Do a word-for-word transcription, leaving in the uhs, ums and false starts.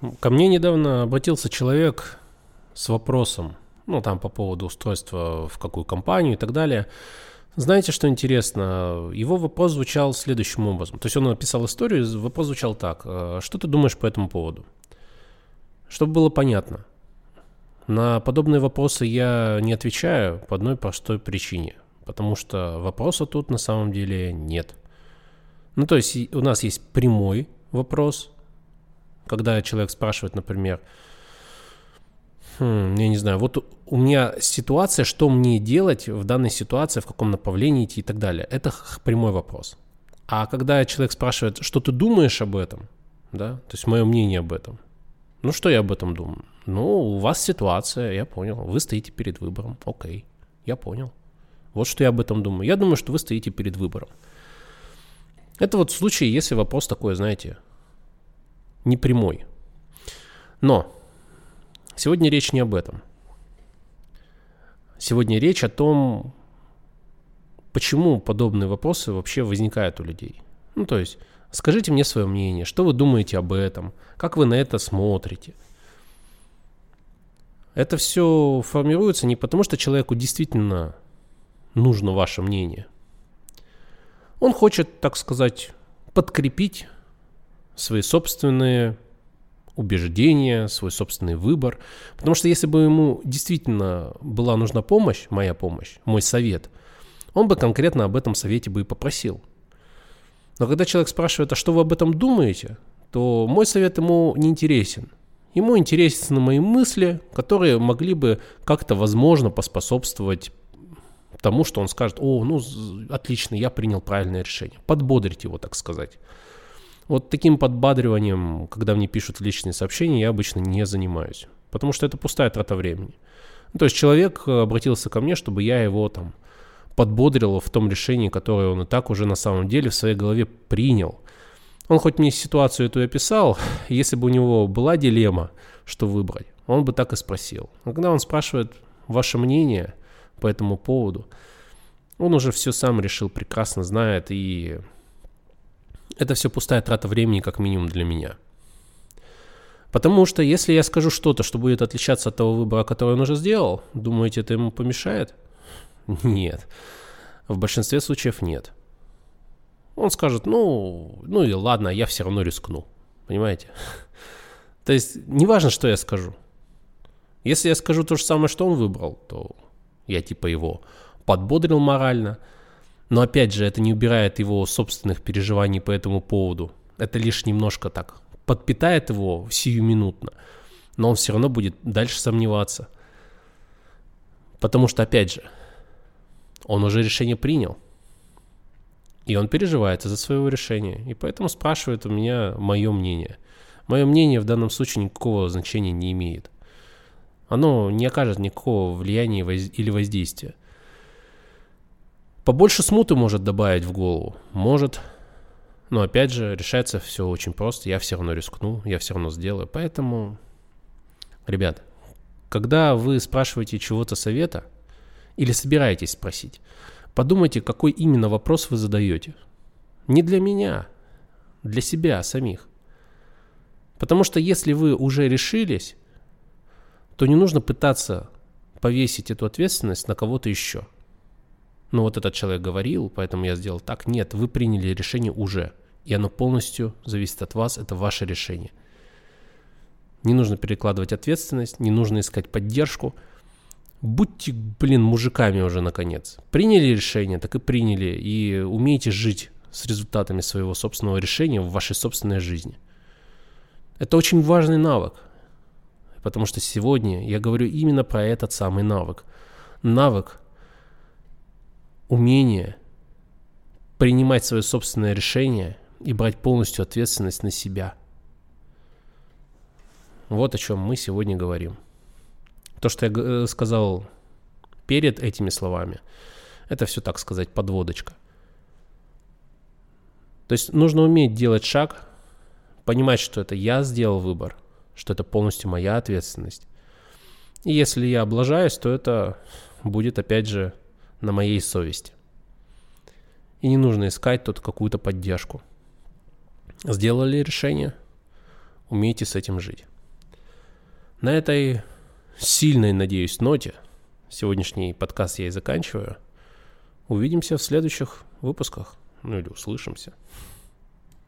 Ко мне недавно обратился человек с вопросом, ну, там, по поводу устройства в какую компанию и так далее. Знаете, что интересно? Его вопрос звучал следующим образом. То есть он написал историю, вопрос звучал так. Что ты думаешь по этому поводу? Чтобы было понятно. На подобные вопросы я не отвечаю по одной простой причине. Потому что вопроса тут на самом деле нет. Ну, то есть у нас есть прямой вопрос, когда человек спрашивает, например, хм, я не знаю, вот у меня ситуация, что мне делать в данной ситуации, в каком направлении идти и так далее. Это прямой вопрос. А когда человек спрашивает, что ты думаешь об этом, да, то есть мое мнение об этом, ну, что я об этом думаю? Ну, у вас ситуация, я понял, вы стоите перед выбором, окей, я понял. Вот что я об этом думаю. Я думаю, что вы стоите перед выбором. Это вот в случае, если вопрос такой, знаете, непрямой. Но сегодня речь не об этом. Сегодня речь о том, почему подобные вопросы вообще возникают у людей. Ну, то есть, скажите мне свое мнение, что вы думаете об этом, как вы на это смотрите. Это все формируется не потому, что человеку действительно нужно ваше мнение. Он хочет, так сказать, подкрепить свои собственные убеждения, свой собственный выбор. Потому что если бы ему действительно была нужна помощь, моя помощь, мой совет, он бы конкретно об этом совете бы и попросил. Но когда человек спрашивает, а что вы об этом думаете, то мой совет ему не интересен. Ему интересны мои мысли, которые могли бы как-то, возможно, поспособствовать тому, что он скажет: о, ну, отлично, я принял правильное решение. Подбодрить его, так сказать. Вот таким подбадриванием, когда мне пишут личные сообщения, я обычно не занимаюсь. Потому что это пустая трата времени. То есть человек обратился ко мне, чтобы я его там подбодрил в том решении, которое он и так уже на самом деле в своей голове принял. Он хоть мне ситуацию эту описал, если бы у него была дилемма, что выбрать, он бы так и спросил. А когда он спрашивает ваше мнение по этому поводу, он уже все сам решил, прекрасно знает, и это все пустая трата времени, как минимум для меня. Потому что если я скажу что-то, что будет отличаться от того выбора, который он уже сделал, думаете, это ему помешает? Нет. В большинстве случаев нет. Он скажет: ну, ну и ладно, я все равно рискну. Понимаете? То есть неважно, что я скажу. Если я скажу то же самое, что он выбрал, то я типа его подбодрил морально. Но опять же, это не убирает его собственных переживаний по этому поводу. Это лишь немножко так подпитает его сиюминутно. Но он все равно будет дальше сомневаться. Потому что, опять же, он уже решение принял. И он переживает из-за своего решения. И поэтому спрашивает у меня мое мнение. Мое мнение в данном случае никакого значения не имеет. Оно не окажет никакого влияния или воздействия. Побольше смуты может добавить в голову. Может. Но опять же, решается все очень просто. Я все равно рискну, я все равно сделаю. Поэтому, ребят, когда вы спрашиваете чего-то совета или собираетесь спросить, подумайте, какой именно вопрос вы задаете. Не для меня, для себя самих. Потому что если вы уже решились, то не нужно пытаться повесить эту ответственность на кого-то еще. Ну вот этот человек говорил, поэтому я сделал так. Нет, вы приняли решение уже. И оно полностью зависит от вас, это ваше решение. Не нужно перекладывать ответственность, не нужно искать поддержку. Будьте, блин, мужиками уже наконец. Приняли решение, так и приняли. И умейте жить с результатами своего собственного решения в вашей собственной жизни. Это очень важный навык. Потому что сегодня я говорю именно про этот самый навык. Навык умение принимать свое собственное решение и брать полностью ответственность на себя. Вот о чем мы сегодня говорим. То, что я сказал перед этими словами, это все, так сказать, подводочка. То есть нужно уметь делать шаг, понимать, что это я сделал выбор, что это полностью моя ответственность. И если я облажаюсь, то это будет, опять же, на моей совести. И не нужно искать тут какую-то поддержку. Сделали решение, умейте с этим жить. На этой сильной, надеюсь, ноте сегодняшний подкаст я и заканчиваю. Увидимся в следующих выпусках. Ну или услышимся.